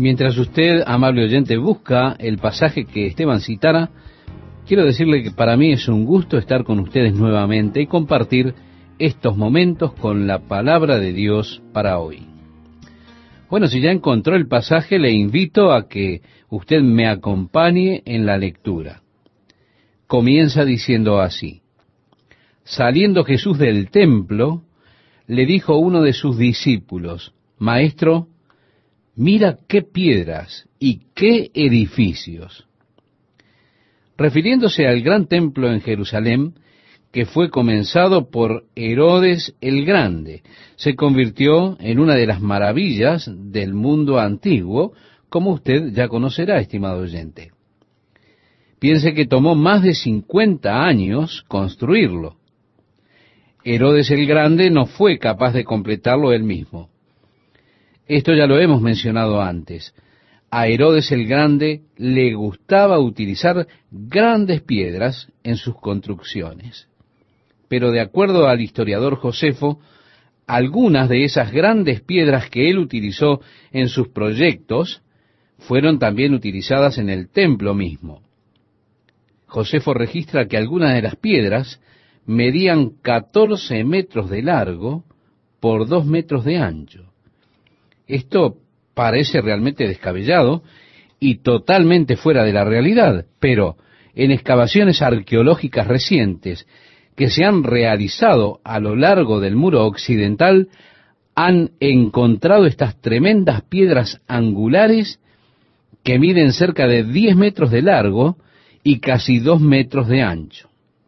Mientras usted, amable oyente, busca el pasaje que Esteban citara, quiero decirle que para mí es un gusto estar con ustedes nuevamente y compartir estos momentos con la palabra de Dios para hoy. Bueno, si ya encontró el pasaje, le invito a que usted me acompañe en la lectura. Comienza diciendo así: Saliendo Jesús del templo, le dijo uno de sus discípulos: Maestro, mira qué piedras y qué edificios. Refiriéndose al gran templo en Jerusalén, que fue comenzado por Herodes el Grande, se convirtió en una de las maravillas del mundo antiguo, como usted ya conocerá, estimado oyente. Piense que tomó más de 50 años construirlo. Herodes el Grande no fue capaz de completarlo él mismo. Esto ya lo hemos mencionado antes. A Herodes el Grande le gustaba utilizar grandes piedras en sus construcciones. Pero de acuerdo al historiador Josefo, algunas de esas grandes piedras que él utilizó en sus proyectos fueron también utilizadas en el templo mismo. Josefo registra que algunas de las piedras medían 14 metros de largo por 2 metros de ancho. Esto parece realmente descabellado y totalmente fuera de la realidad, pero en excavaciones arqueológicas recientes que se han realizado a lo largo del muro occidental, han encontrado estas tremendas piedras angulares que miden cerca de 10 metros de largo y casi 2 metros de ancho.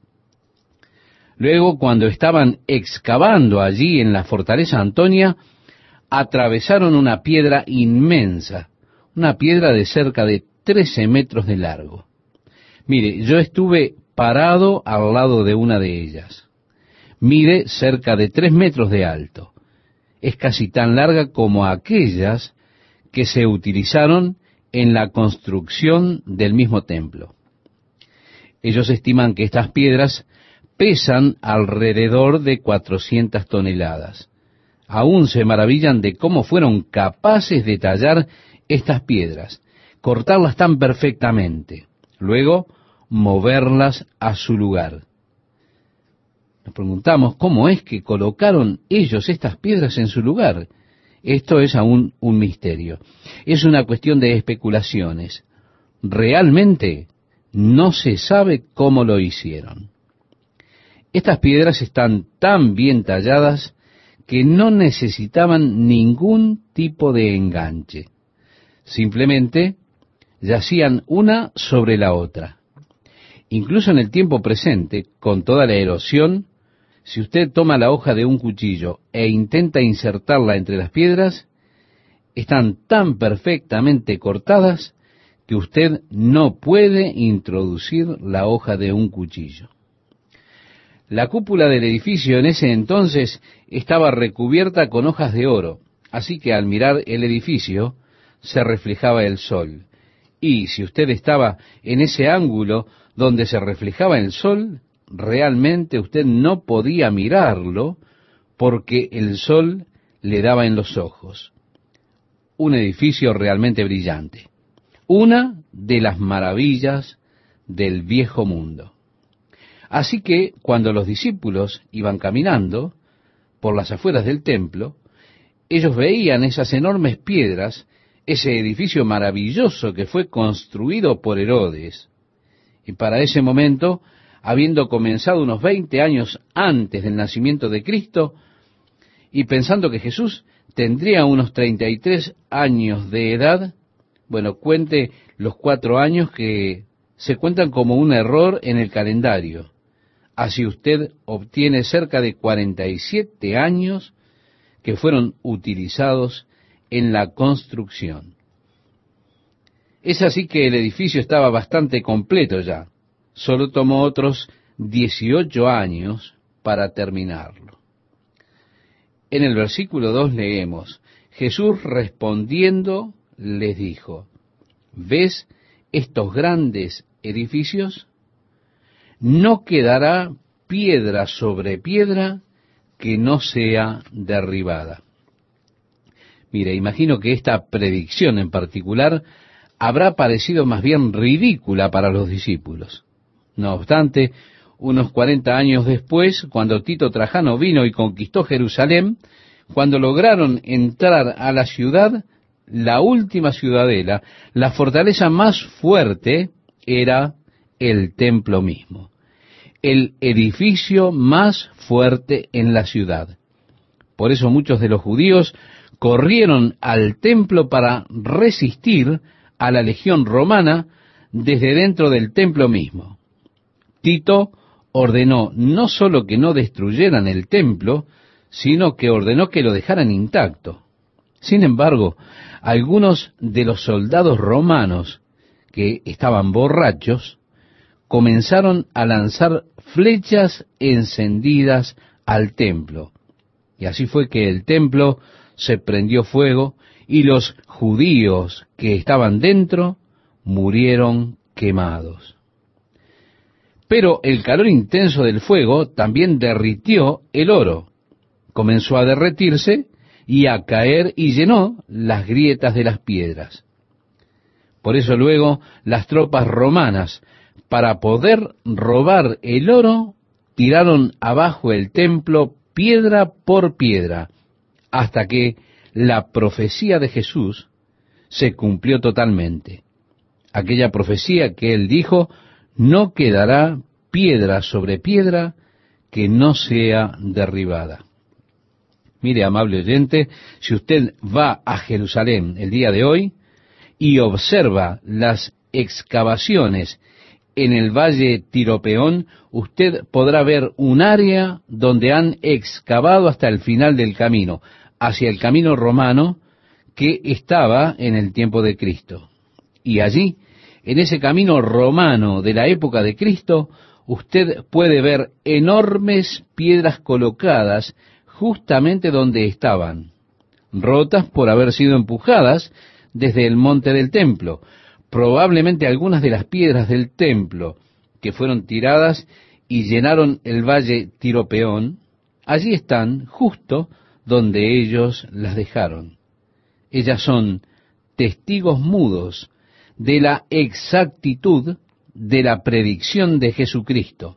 Luego, cuando estaban excavando allí en la fortaleza Antonia, atravesaron una piedra inmensa, una piedra de cerca de 13 metros de largo. Mire, yo estuve parado al lado de una de ellas. Mide cerca de 3 metros de alto. Es casi tan larga como aquellas que se utilizaron en la construcción del mismo templo. Ellos estiman que estas piedras pesan alrededor de 400 toneladas. Aún se maravillan de cómo fueron capaces de tallar estas piedras, cortarlas tan perfectamente, luego moverlas a su lugar. Nos preguntamos cómo es que colocaron ellos estas piedras en su lugar. Esto es aún un misterio. Es una cuestión de especulaciones. Realmente no se sabe cómo lo hicieron. Estas piedras están tan bien talladas que no necesitaban ningún tipo de enganche. Simplemente yacían una sobre la otra. Incluso en el tiempo presente, con toda la erosión, si usted toma la hoja de un cuchillo e intenta insertarla entre las piedras, están tan perfectamente cortadas que usted no puede introducir la hoja de un cuchillo. La cúpula del edificio en ese entonces estaba recubierta con hojas de oro, así que al mirar el edificio se reflejaba el sol. Y si usted estaba en ese ángulo donde se reflejaba el sol, realmente usted no podía mirarlo porque el sol le daba en los ojos. Un edificio realmente brillante. Una de las maravillas del viejo mundo. Así que cuando los discípulos iban caminando por las afueras del templo, ellos veían esas enormes piedras, ese edificio maravilloso que fue construido por Herodes. Y para ese momento, habiendo comenzado unos 20 años antes del nacimiento de Cristo, y pensando que Jesús tendría unos 33 años de edad, bueno, cuente los 4 años que se cuentan como un error en el calendario. Así usted obtiene cerca de 47 años que fueron utilizados en la construcción. Es así que el edificio estaba bastante completo ya. Solo tomó otros 18 años para terminarlo. En el versículo 2 leemos: Jesús respondiendo les dijo: ¿ves estos grandes edificios? No quedará piedra sobre piedra que no sea derribada. Mire, imagino que esta predicción en particular habrá parecido más bien ridícula para los discípulos. No obstante, unos 40 años después, cuando Tito Trajano vino y conquistó Jerusalén, cuando lograron entrar a la ciudad, la última ciudadela, la fortaleza más fuerte era el templo mismo, el edificio más fuerte en la ciudad. Por eso muchos de los judíos corrieron al templo para resistir a la legión romana desde dentro del templo mismo. Tito ordenó no solo que no destruyeran el templo, sino que ordenó que lo dejaran intacto. Sin embargo, algunos de los soldados romanos que estaban borrachos comenzaron a lanzar flechas encendidas al templo. Y así fue que el templo se prendió fuego y los judíos que estaban dentro murieron quemados. Pero el calor intenso del fuego también derritió el oro. Comenzó a derretirse y a caer y llenó las grietas de las piedras. Por eso luego las tropas romanas, para poder robar el oro, tiraron abajo el templo piedra por piedra, hasta que la profecía de Jesús se cumplió totalmente. Aquella profecía que él dijo, no quedará piedra sobre piedra que no sea derribada. Mire, amable oyente, si usted va a Jerusalén el día de hoy y observa las excavaciones en el valle Tiropeón, usted podrá ver un área donde han excavado hasta el final del camino, hacia el camino romano que estaba en el tiempo de Cristo. Y allí, en ese camino romano de la época de Cristo, usted puede ver enormes piedras colocadas justamente donde estaban, rotas por haber sido empujadas desde el monte del templo. Probablemente algunas de las piedras del templo que fueron tiradas y llenaron el valle Tiropeón, allí están justo donde ellos las dejaron. Ellas son testigos mudos de la exactitud de la predicción de Jesucristo.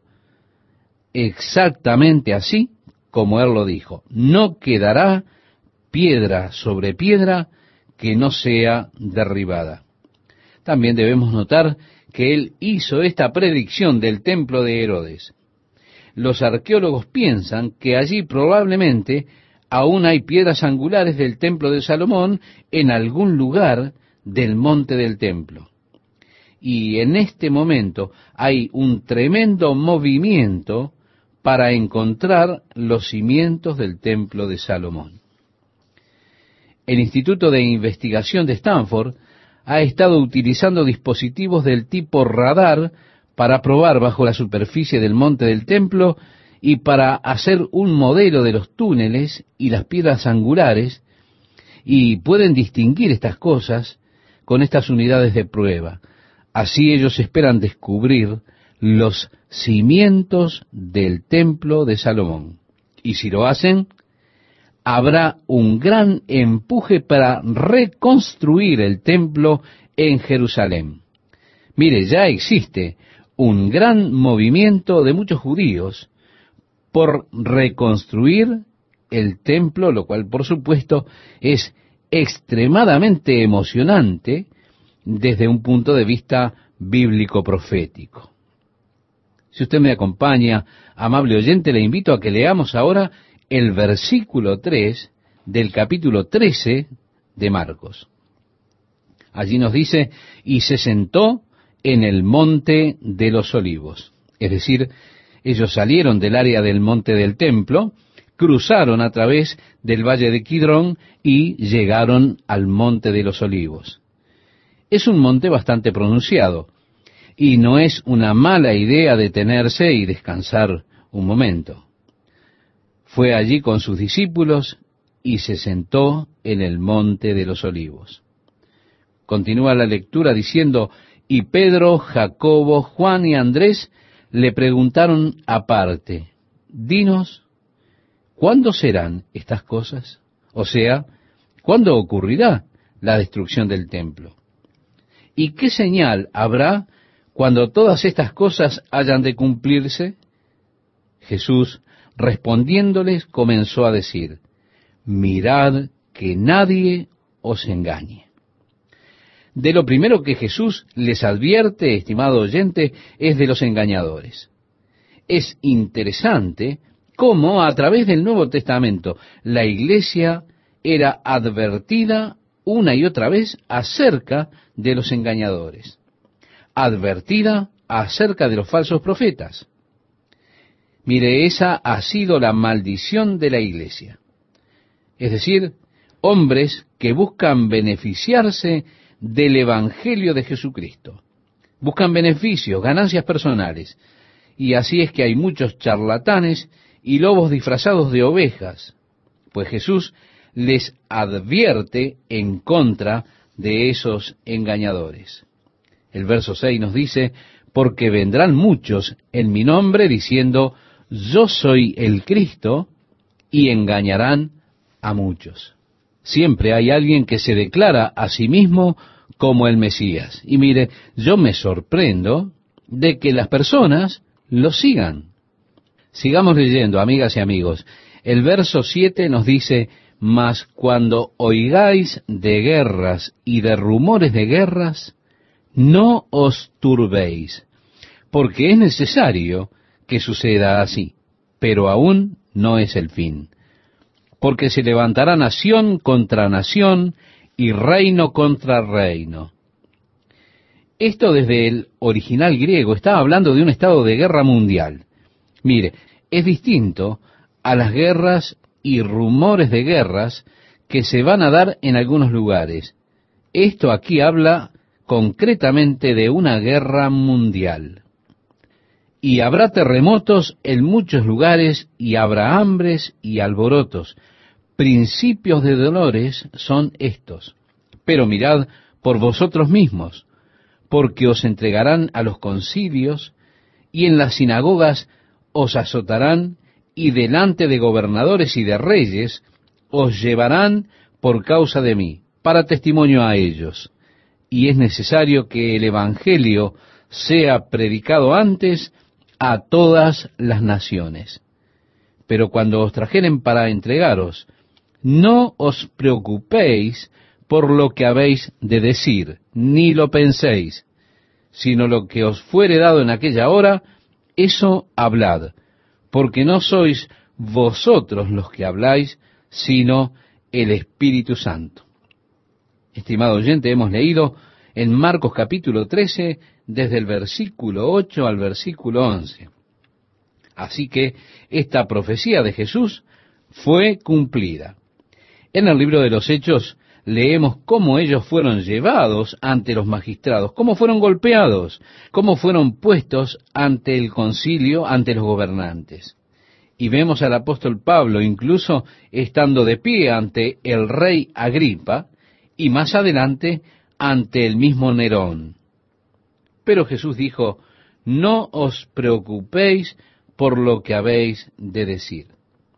Exactamente así como Él lo dijo. No quedará piedra sobre piedra que no sea derribada. También debemos notar que Él hizo esta predicción del templo de Herodes. Los arqueólogos piensan que allí probablemente aún hay piedras angulares del templo de Salomón en algún lugar del monte del templo. Y en este momento hay un tremendo movimiento para encontrar los cimientos del templo de Salomón. El Instituto de Investigación de Stanford ha estado utilizando dispositivos del tipo radar para probar bajo la superficie del monte del templo y para hacer un modelo de los túneles y las piedras angulares, y pueden distinguir estas cosas con estas unidades de prueba. Así ellos esperan descubrir los cimientos del templo de Salomón. Y si lo hacen, habrá un gran empuje para reconstruir el templo en Jerusalén. Mire, ya existe un gran movimiento de muchos judíos por reconstruir el templo, lo cual por supuesto es extremadamente emocionante desde un punto de vista bíblico profético. Si usted me acompaña, amable oyente, le invito a que leamos ahora el versículo 3 del capítulo 13 de Marcos. Allí nos dice, y se sentó en el monte de los olivos. Es decir, ellos salieron del área del monte del templo, cruzaron a través del valle de Kidrón y llegaron al monte de los olivos. Es un monte bastante pronunciado, y no es una mala idea detenerse y descansar un momento. Fue allí con sus discípulos y se sentó en el monte de los olivos. Continúa la lectura diciendo, y Pedro, Jacobo, Juan y Andrés le preguntaron aparte, dinos, ¿cuándo serán estas cosas? O sea, ¿Cuándo ocurrirá la destrucción del templo? ¿Y qué señal habrá cuando todas estas cosas hayan de cumplirse? Jesús, respondiéndoles, comenzó a decir: mirad que nadie os engañe. De lo primero que Jesús les advierte, estimado oyente, es de los engañadores. Es interesante cómo a través del Nuevo Testamento la Iglesia era advertida una y otra vez acerca de los engañadores, advertida acerca de los falsos profetas. Mire, esa ha sido la maldición de la Iglesia. Es decir, hombres que buscan beneficiarse del Evangelio de Jesucristo. Buscan beneficios, ganancias personales. Y así es que hay muchos charlatanes y lobos disfrazados de ovejas, pues Jesús les advierte en contra de esos engañadores. El verso 6 nos dice: porque vendrán muchos en mi nombre diciendo, yo soy el Cristo, y engañarán a muchos. Siempre hay alguien que se declara a sí mismo como el Mesías. Y mire, yo me sorprendo de que las personas lo sigan. Sigamos leyendo, amigas y amigos. El verso 7 nos dice: mas cuando oigáis de guerras y de rumores de guerras, no os turbéis, porque es necesario que suceda así, pero aún no es el fin. Porque se levantará nación contra nación y reino contra reino. Esto desde el original griego está hablando de un estado de guerra mundial. Mire, es distinto a las guerras y rumores de guerras que se van a dar en algunos lugares. Esto aquí habla concretamente de una guerra mundial. Y habrá terremotos en muchos lugares, y habrá hambres y alborotos. Principios de dolores son estos. Pero mirad por vosotros mismos, porque os entregarán a los concilios, y en las sinagogas os azotarán, y delante de gobernadores y de reyes os llevarán por causa de mí, para testimonio a ellos. Y es necesario que el Evangelio sea predicado antes a todas las naciones. Pero cuando os trajeren para entregaros, no os preocupéis por lo que habéis de decir, ni lo penséis, sino lo que os fuere dado en aquella hora, eso hablad, porque no sois vosotros los que habláis, sino el Espíritu Santo. Estimado oyente, hemos leído en Marcos capítulo 13, desde el versículo 8 al versículo 11. Así que esta profecía de Jesús fue cumplida. En el libro de los Hechos leemos cómo ellos fueron llevados ante los magistrados, cómo fueron golpeados, cómo fueron puestos ante el concilio, ante los gobernantes. Y vemos al apóstol Pablo incluso estando de pie ante el rey Agripa y más adelante ante el mismo Nerón. Pero Jesús dijo: no os preocupéis por lo que habéis de decir.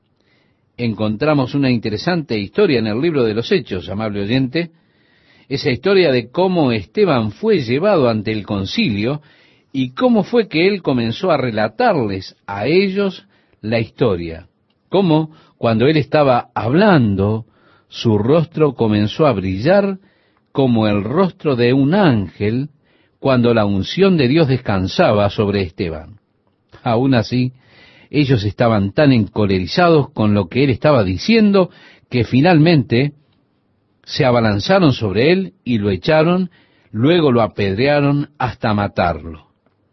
Encontramos una interesante historia en el libro de los Hechos, amable oyente, esa historia de cómo Esteban fue llevado ante el concilio y cómo fue que él comenzó a relatarles a ellos la historia, cómo cuando él estaba hablando, su rostro comenzó a brillar como el rostro de un ángel cuando la unción de Dios descansaba sobre Esteban. Aún así, ellos estaban tan encolerizados con lo que él estaba diciendo que finalmente se abalanzaron sobre él y lo echaron, luego lo apedrearon hasta matarlo.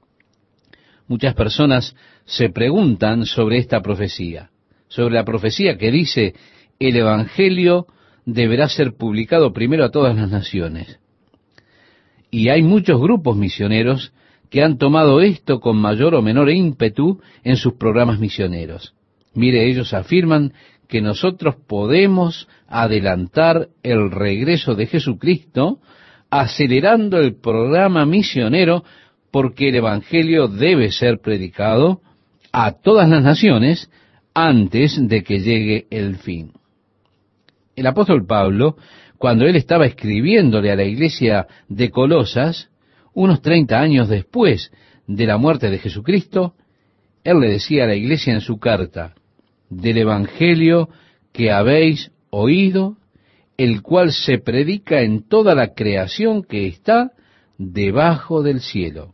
Muchas personas se preguntan sobre esta profecía, sobre la profecía que dice: el Evangelio deberá ser publicado primero a todas las naciones. Y hay muchos grupos misioneros que han tomado esto con mayor o menor ímpetu en sus programas misioneros. Mire, ellos afirman que nosotros podemos adelantar el regreso de Jesucristo acelerando el programa misionero, porque el Evangelio debe ser predicado a todas las naciones antes de que llegue el fin. El apóstol Pablo, cuando él estaba escribiéndole a la iglesia de Colosas, unos 30 años después de la muerte de Jesucristo, él le decía a la iglesia en su carta, del evangelio que habéis oído, el cual se predica en toda la creación que está debajo del cielo.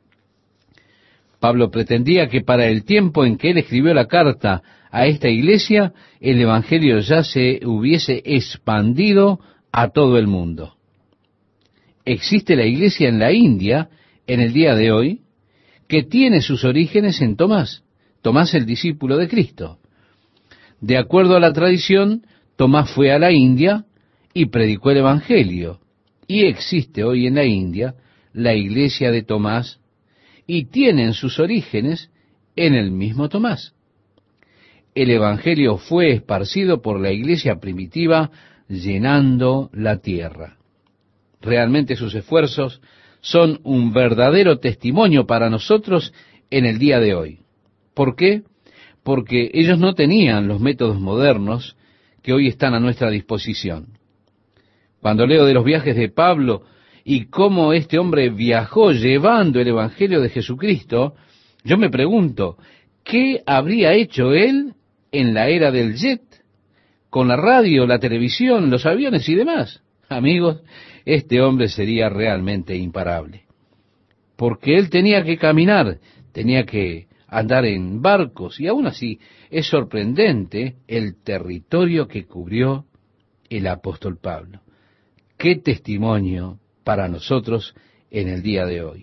Pablo pretendía que para el tiempo en que él escribió la carta a esta iglesia, el evangelio ya se hubiese expandido a todo el mundo. Existe la iglesia en la India, en el día de hoy, que tiene sus orígenes en Tomás, Tomás el discípulo de Cristo. De acuerdo a la tradición, Tomás fue a la India y predicó el evangelio, y existe hoy en la India la iglesia de Tomás, y tienen sus orígenes en el mismo Tomás. El evangelio fue esparcido por la iglesia primitiva, llenando la tierra. Realmente sus esfuerzos son un verdadero testimonio para nosotros en el día de hoy. ¿Por qué? Porque ellos no tenían los métodos modernos que hoy están a nuestra disposición. Cuando leo de los viajes de Pablo y cómo este hombre viajó llevando el evangelio de Jesucristo, yo me pregunto, ¿qué habría hecho él en la era del jet, con la radio, la televisión, los aviones y demás? Amigos, este hombre sería realmente imparable, porque él tenía que caminar, tenía que andar en barcos, y aún así es sorprendente el territorio que cubrió el apóstol Pablo. ¡Qué testimonio para nosotros en el día de hoy!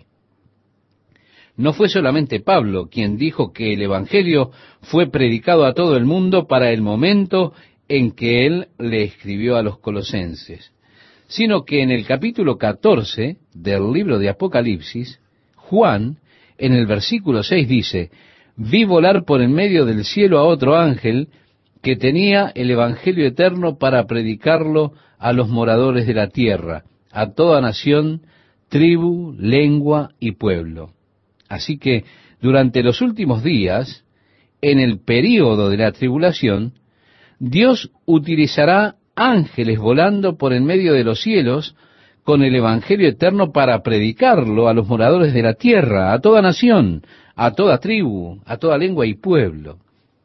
No fue solamente Pablo quien dijo que el evangelio fue predicado a todo el mundo para el momento en que él le escribió a los colosenses, sino que en el capítulo 14 del libro de Apocalipsis, Juan, en el versículo 6 dice, vi volar por en medio del cielo a otro ángel que tenía el evangelio eterno para predicarlo a los moradores de la tierra, a toda nación, tribu, lengua y pueblo. Así que durante los últimos días, en el período de la tribulación, Dios utilizará ángeles volando por en medio de los cielos con el evangelio eterno para predicarlo a los moradores de la tierra, a toda nación, a toda tribu, a toda lengua y pueblo.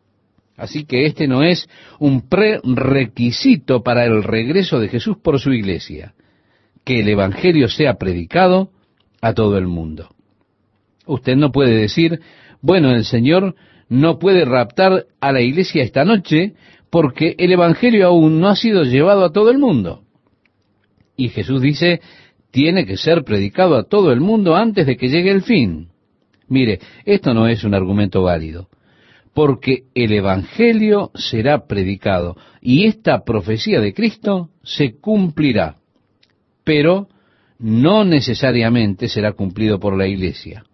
Así que este no es un prerequisito para el regreso de Jesús por su iglesia, que el evangelio sea predicado a todo el mundo. Usted no puede decir, bueno, el Señor no puede raptar a la iglesia esta noche porque el evangelio aún no ha sido llevado a todo el mundo. Y Jesús dice, tiene que ser predicado a todo el mundo antes de que llegue el fin. Mire, esto no es un argumento válido, porque el evangelio será predicado y esta profecía de Cristo se cumplirá, pero no necesariamente será cumplido por la iglesia.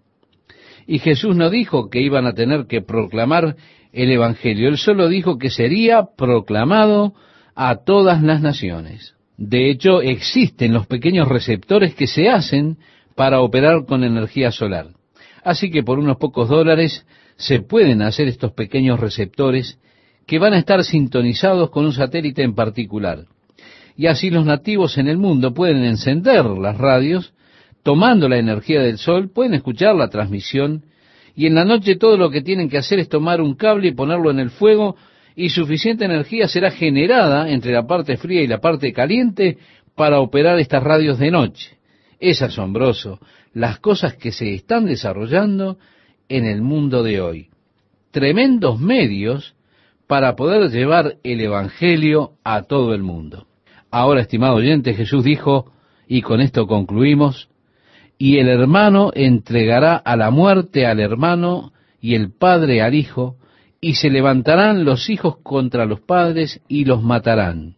Y Jesús no dijo que iban a tener que proclamar el evangelio, él solo dijo que sería proclamado a todas las naciones. De hecho, existen los pequeños receptores que se hacen para operar con energía solar. Así que por unos pocos dólares se pueden hacer estos pequeños receptores que van a estar sintonizados con un satélite en particular. Y así los nativos en el mundo pueden encender las radios, tomando la energía del sol, pueden escuchar la transmisión, y en la noche todo lo que tienen que hacer es tomar un cable y ponerlo en el fuego, y suficiente energía será generada entre la parte fría y la parte caliente para operar estas radios de noche. Es asombroso las cosas que se están desarrollando en el mundo de hoy. Tremendos medios para poder llevar el evangelio a todo el mundo. Ahora, estimado oyente, Jesús dijo, y con esto concluimos, y el hermano entregará a la muerte al hermano y el padre al hijo, y se levantarán los hijos contra los padres y los matarán.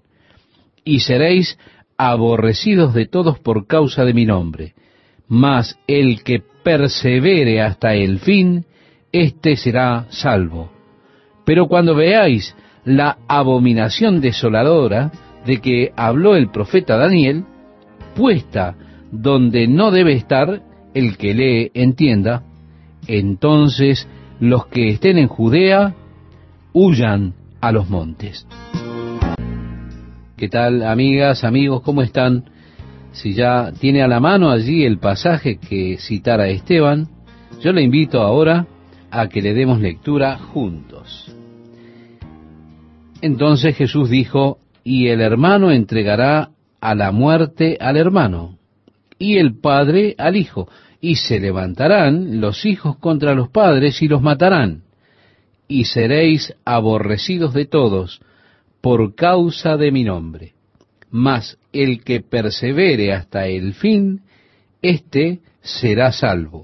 Y seréis aborrecidos de todos por causa de mi nombre. Mas el que persevere hasta el fin, éste será salvo. Pero cuando veáis la abominación desoladora de que habló el profeta Daniel, puesta donde no debe estar, el que lee entienda, entonces los que estén en Judea huyan a los montes. ¿Qué tal, amigas, amigos? ¿Cómo están? Si ya tiene a la mano allí el pasaje que citara Esteban, yo le invito ahora a que le demos lectura juntos. Entonces Jesús dijo, y el hermano entregará a la muerte al hermano, y el padre al hijo, y se levantarán los hijos contra los padres y los matarán, y seréis aborrecidos de todos por causa de mi nombre. Mas el que persevere hasta el fin, éste será salvo.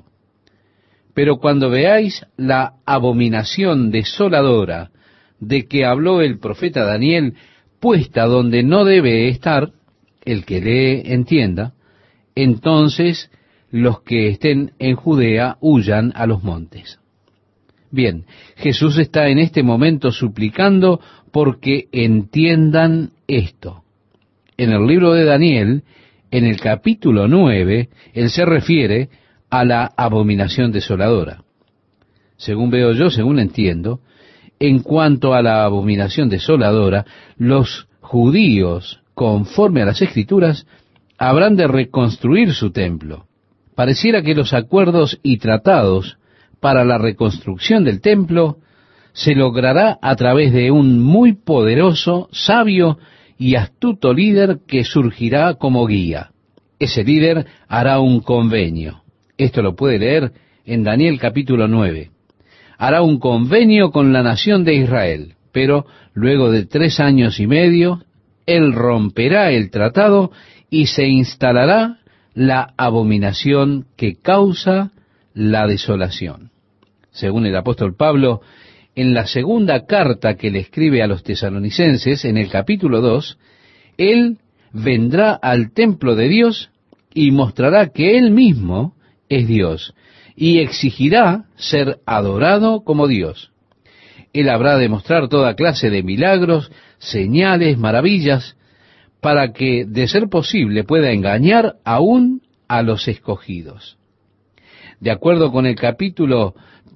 Pero cuando veáis la abominación desoladora de que habló el profeta Daniel, puesta donde no debe estar, el que lee entienda, entonces los que estén en Judea huyan a los montes. Bien, Jesús está en este momento suplicando porque entiendan esto. En el libro de Daniel, en el capítulo 9, él se refiere a la abominación desoladora. Según veo yo, según entiendo, en cuanto a la abominación desoladora, los judíos, conforme a las Escrituras, habrán de reconstruir su templo. Pareciera que los acuerdos y tratados para la reconstrucción del templo se logrará a través de un muy poderoso, sabio y astuto líder que surgirá como guía. Ese líder hará un convenio. Esto lo puede leer en Daniel capítulo 9. Hará un convenio con la nación de Israel, pero luego de 3 años y medio, él romperá el tratado y se instalará la abominación que causa la desolación. Según el apóstol Pablo, en la segunda carta que le escribe a los tesalonicenses, en el capítulo 2, él vendrá al templo de Dios y mostrará que él mismo es Dios y exigirá ser adorado como Dios. Él habrá de mostrar toda clase de milagros, señales, maravillas, para que, de ser posible, pueda engañar aún a los escogidos. De acuerdo con el capítulo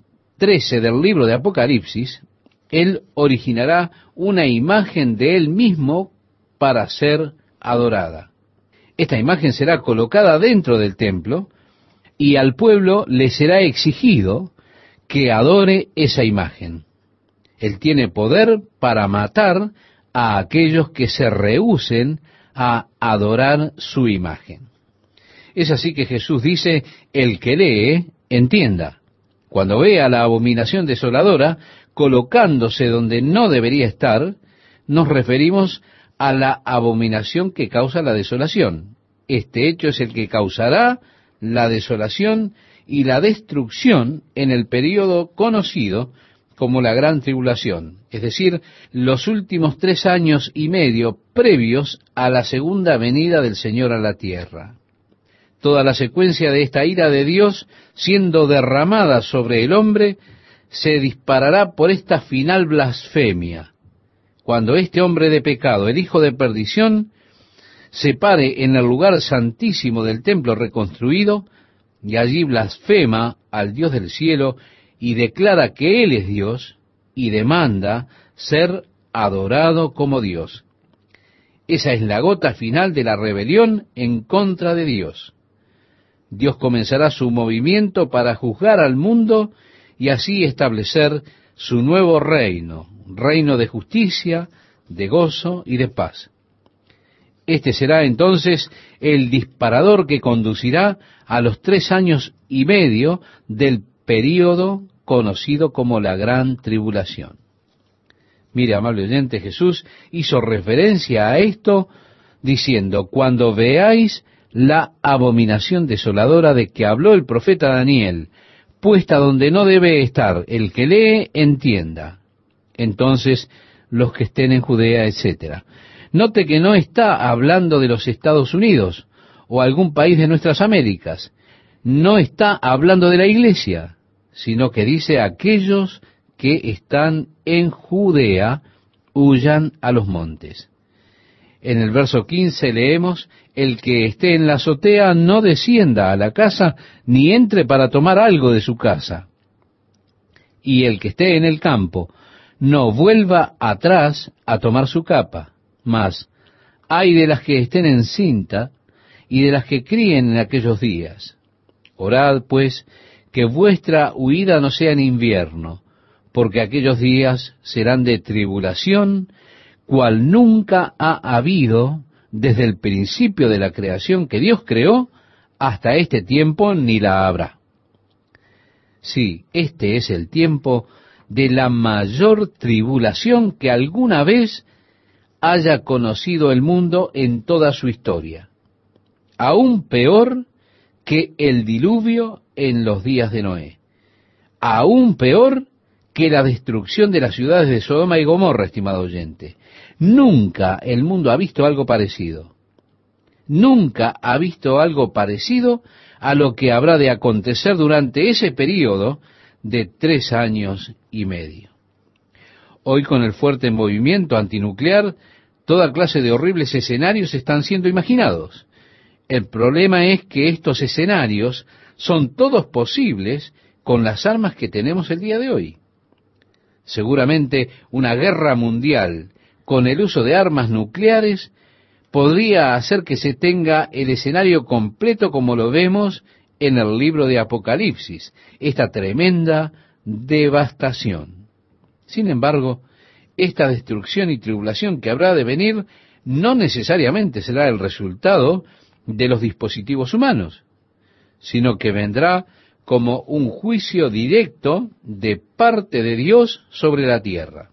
13 del libro de Apocalipsis, él originará una imagen de él mismo para ser adorada. Esta imagen será colocada dentro del templo y al pueblo le será exigido que adore esa imagen. Él tiene poder para matar a aquellos que se rehúsen a adorar su imagen. Es así que Jesús dice, el que lee, entienda. Cuando vea la abominación desoladora colocándose donde no debería estar, nos referimos a la abominación que causa la desolación. Este hecho es el que causará la desolación y la destrucción en el período conocido como la Gran Tribulación, es decir, los últimos 3 años y medio previos a la segunda venida del Señor a la tierra. Toda la secuencia de esta ira de Dios siendo derramada sobre el hombre se disparará por esta final blasfemia, cuando este hombre de pecado, el hijo de perdición, se pare en el lugar santísimo del templo reconstruido y allí blasfema al Dios del cielo y declara que Él es Dios y demanda ser adorado como Dios. Esa es la gota final de la rebelión en contra de Dios. Dios comenzará su movimiento para juzgar al mundo y así establecer su nuevo reino, reino de justicia, de gozo y de paz. Este será entonces el disparador que conducirá a los 3 años y medio del período conocido como la Gran Tribulación. Mire, amable oyente, Jesús hizo referencia a esto diciendo, cuando veáis la abominación desoladora de que habló el profeta Daniel, puesta donde no debe estar, el que lee, entienda. Entonces, los que estén en Judea, etcétera. Note que no está hablando de los Estados Unidos o algún país de nuestras Américas. No está hablando de la iglesia, sino que dice aquellos que están en Judea huyan a los montes. En el verso 15 leemos, el que esté en la azotea no descienda a la casa, ni entre para tomar algo de su casa. Y el que esté en el campo no vuelva atrás a tomar su capa, mas Ay de las que estén encinta y de las que críen en aquellos días. Orad, pues, que vuestra huida no sea en invierno, porque aquellos días serán de tribulación, cual nunca ha habido desde el principio de la creación que Dios creó hasta este tiempo, ni la habrá. Sí, este es el tiempo de la mayor tribulación que alguna vez haya conocido el mundo en toda su historia. Aún peor que el diluvio en los días de Noé. Aún peor que la destrucción de las ciudades de Sodoma y Gomorra, estimado oyente. Nunca el mundo ha visto algo parecido. Nunca ha visto algo parecido a lo que habrá de acontecer durante ese período de 3 años y medio. Hoy, con el fuerte movimiento antinuclear, toda clase de horribles escenarios están siendo imaginados. El problema es que estos escenarios son todos posibles con las armas que tenemos el día de hoy. Seguramente una guerra mundial con el uso de armas nucleares podría hacer que se tenga el escenario completo como lo vemos en el libro de Apocalipsis, esta tremenda devastación. Sin embargo, esta destrucción y tribulación que habrá de venir no necesariamente será el resultado de los dispositivos humanos, sino que vendrá como un juicio directo de parte de Dios sobre la tierra.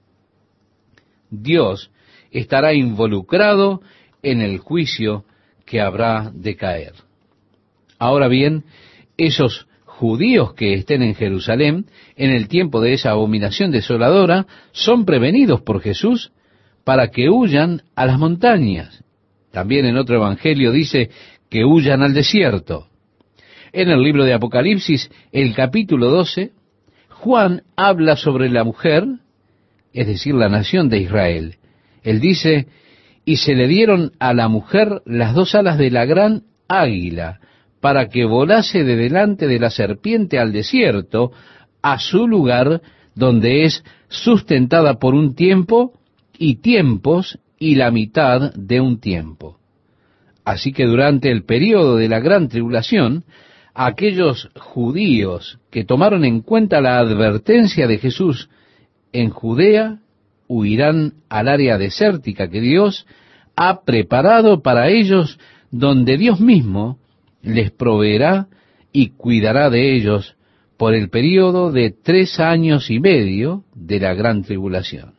Dios estará involucrado en el juicio que habrá de caer. Ahora bien, esos judíos que estén en Jerusalén en el tiempo de esa abominación desoladora son prevenidos por Jesús para que huyan a las montañas. También en otro evangelio dice que huyan al desierto. En el libro de Apocalipsis, el capítulo 12, Juan habla sobre la mujer, es decir, la nación de Israel. Él dice: y se le dieron a la mujer las 2 alas de la gran águila, para que volase de delante de la serpiente al desierto, a su lugar, donde es sustentada por un tiempo, y tiempos, y la mitad de un tiempo. Así que durante el período de la gran tribulación, aquellos judíos que tomaron en cuenta la advertencia de Jesús en Judea, huirán al área desértica que Dios ha preparado para ellos, donde Dios mismo les proveerá y cuidará de ellos por el período de 3 años y medio de la gran tribulación.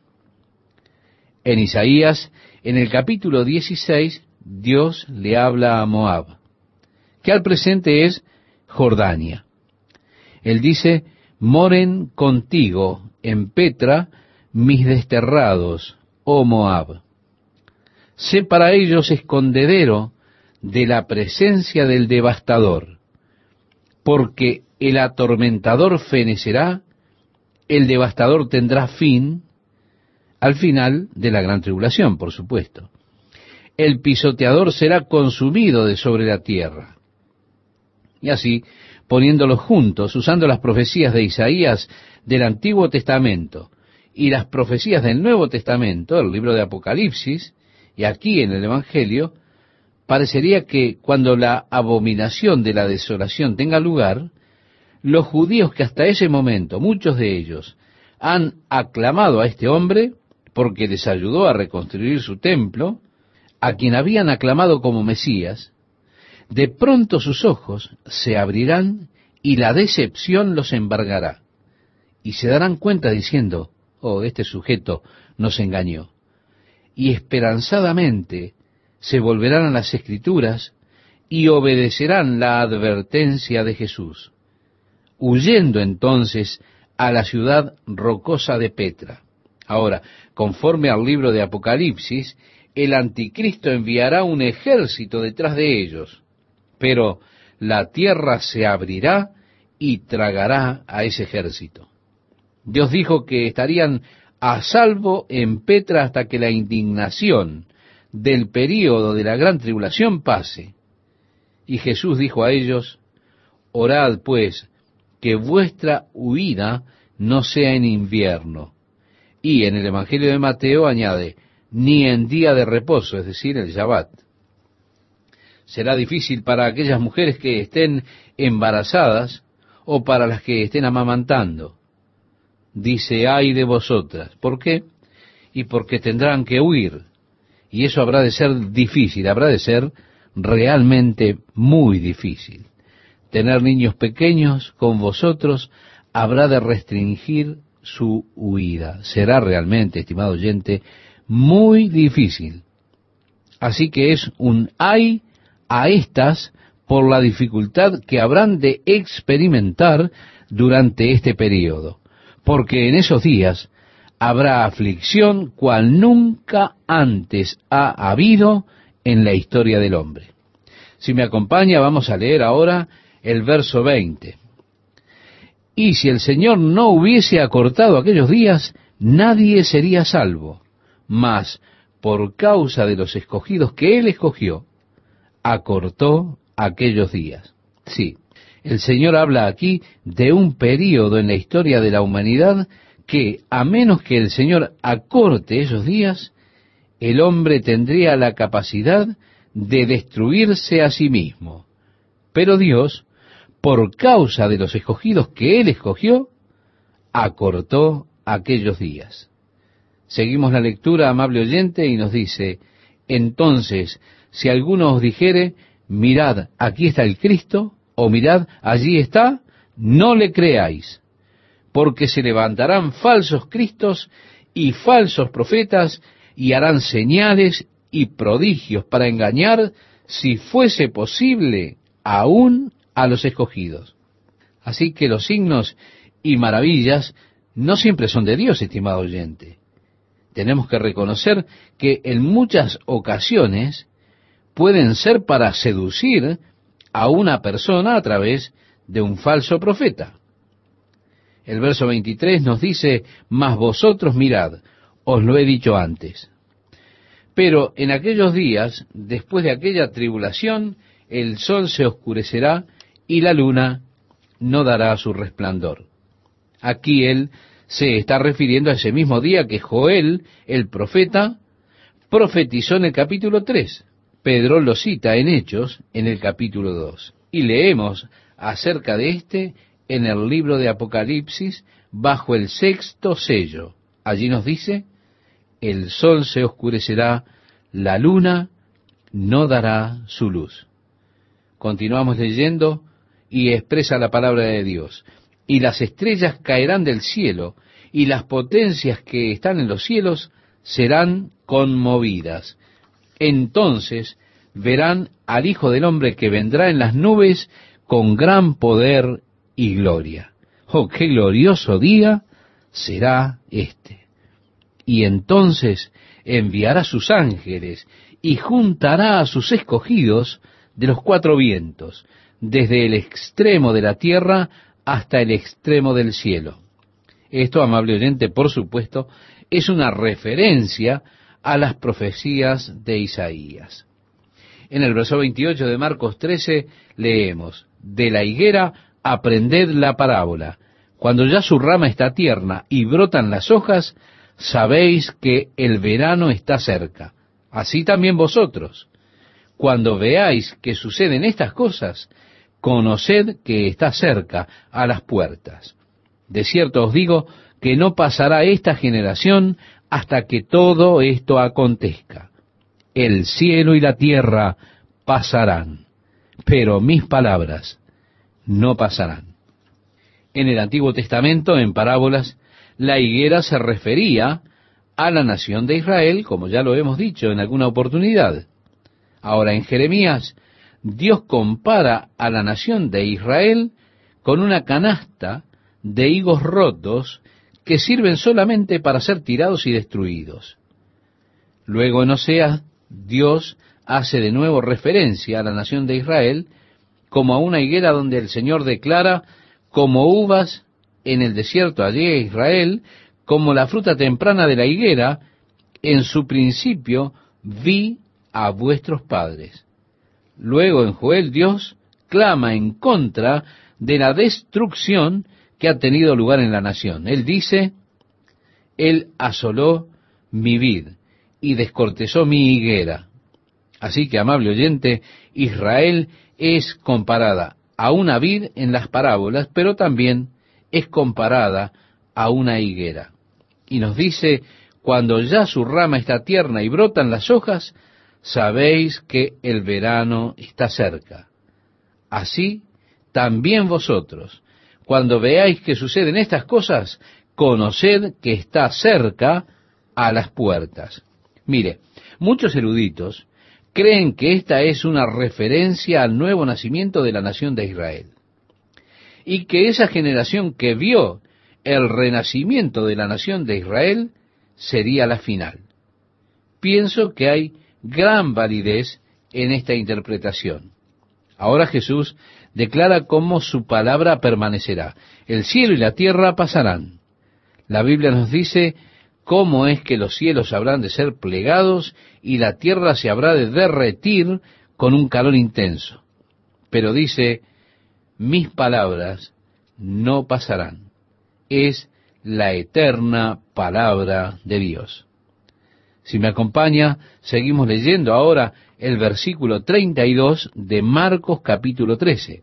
En Isaías, en el capítulo 16, Dios le habla a Moab, que al presente es Jordania. Él dice: moren contigo en Petra mis desterrados, oh Moab. Sé para ellos escondedero de la presencia del devastador, porque el atormentador fenecerá, el devastador tendrá fin, al final de la gran tribulación, por supuesto. El pisoteador será consumido de sobre la tierra. Y así, poniéndolos juntos, usando las profecías de Isaías del Antiguo Testamento y las profecías del Nuevo Testamento, el libro de Apocalipsis, y aquí en el Evangelio, parecería que cuando la abominación de la desolación tenga lugar, los judíos que hasta ese momento, muchos de ellos, han aclamado a este hombre porque les ayudó a reconstruir su templo, a quien habían aclamado como Mesías, de pronto sus ojos se abrirán y la decepción los embargará. Y se darán cuenta diciendo: oh, este sujeto nos engañó. Y esperanzadamente se volverán a las Escrituras y obedecerán la advertencia de Jesús, huyendo entonces a la ciudad rocosa de Petra. Ahora, conforme al libro de Apocalipsis, el anticristo enviará un ejército detrás de ellos, pero la tierra se abrirá y tragará a ese ejército. Dios dijo que estarían a salvo en Petra hasta que la indignación del período de la gran tribulación pase. Y Jesús dijo a ellos: orad pues, que vuestra huida no sea en invierno. Y en el Evangelio de Mateo añade: ni en día de reposo, es decir, el Shabbat. Será difícil para aquellas mujeres que estén embarazadas o para las que estén amamantando. Dice, ay de vosotras. ¿Por qué? Y porque tendrán que huir. Y eso habrá de ser difícil, habrá de ser realmente muy difícil. Tener niños pequeños con vosotros habrá de restringir su huida. Será realmente, estimado oyente, muy difícil. Así que es un ay a estas por la dificultad que habrán de experimentar durante este período. Porque en esos días habrá aflicción cual nunca antes ha habido en la historia del hombre. Si me acompaña, vamos a leer ahora el verso 20. Y si el Señor no hubiese acortado aquellos días, nadie sería salvo. Mas, por causa de los escogidos que Él escogió, acortó aquellos días. Sí, el Señor habla aquí de un período en la historia de la humanidad que, a menos que el Señor acorte esos días, el hombre tendría la capacidad de destruirse a sí mismo. Pero Dios, por causa de los escogidos que Él escogió, acortó aquellos días. Seguimos la lectura, amable oyente, y nos dice, entonces, si alguno os dijere, mirad, aquí está el Cristo, o mirad, allí está, no le creáis, porque se levantarán falsos cristos y falsos profetas, y harán señales y prodigios para engañar, si fuese posible, aún a los escogidos. Así que los signos y maravillas no siempre son de Dios, estimado oyente. Tenemos que reconocer que en muchas ocasiones pueden ser para seducir a una persona a través de un falso profeta. El verso 23 nos dice, mas vosotros mirad, os lo he dicho antes. Pero en aquellos días, después de aquella tribulación, el sol se oscurecerá y la luna no dará su resplandor. Aquí él se está refiriendo a ese mismo día que Joel, el profeta, profetizó en el capítulo 3. Pedro lo cita en Hechos, en el capítulo 2. Y leemos acerca de este en el libro de Apocalipsis, bajo el 6º sello. Allí nos dice, el sol se oscurecerá, la luna no dará su luz. Continuamos leyendo y expresa la palabra de Dios. Y las estrellas caerán del cielo, y las potencias que están en los cielos serán conmovidas. Entonces verán al Hijo del Hombre que vendrá en las nubes con gran poder y gloria. ¡Oh, qué glorioso día será este! Y entonces enviará sus ángeles y juntará a sus escogidos de los cuatro vientos, desde el extremo de la tierra hasta el extremo del cielo. Esto, amable oyente, por supuesto, es una referencia a las profecías de Isaías. En el verso 28 de Marcos 13 leemos, de la higuera aprended la parábola. Cuando ya su rama está tierna y brotan las hojas, sabéis que el verano está cerca. Así también vosotros. Cuando veáis que suceden estas cosas, conoced que está cerca, a las puertas. De cierto os digo que no pasará esta generación hasta que todo esto acontezca. El cielo y la tierra pasarán, pero mis palabras no pasarán. En el Antiguo Testamento, en parábolas, la higuera se refería a la nación de Israel, como ya lo hemos dicho en alguna oportunidad. Ahora, en Jeremías, Dios compara a la nación de Israel con una canasta de higos rotos que sirven solamente para ser tirados y destruidos. Luego en Oseas, Dios hace de nuevo referencia a la nación de Israel como a una higuera donde el Señor declara, como uvas en el desierto hallé Israel, como la fruta temprana de la higuera, en su principio vi a vuestros padres. Luego en Joel Dios clama en contra de la destrucción que ha tenido lugar en la nación. Él dice, Él asoló mi vid, y descortezó mi higuera. Así que, amable oyente, Israel es comparada a una vid en las parábolas, pero también es comparada a una higuera. Y nos dice, cuando ya su rama está tierna y brotan las hojas, sabéis que el verano está cerca. Así también vosotros, cuando veáis que suceden estas cosas, conoced que está cerca a las puertas. Mire, muchos eruditos creen que esta es una referencia al nuevo nacimiento de la nación de Israel, y que esa generación que vio el renacimiento de la nación de Israel sería la final. Pienso que hay gran validez en esta interpretación. Ahora Jesús declara cómo su palabra permanecerá. El cielo y la tierra pasarán. La Biblia nos dice cómo es que los cielos habrán de ser plegados y la tierra se habrá de derretir con un calor intenso. Pero dice, mis palabras no pasarán. Es la eterna palabra de Dios. Si me acompaña, seguimos leyendo ahora el versículo 32 de Marcos capítulo 13.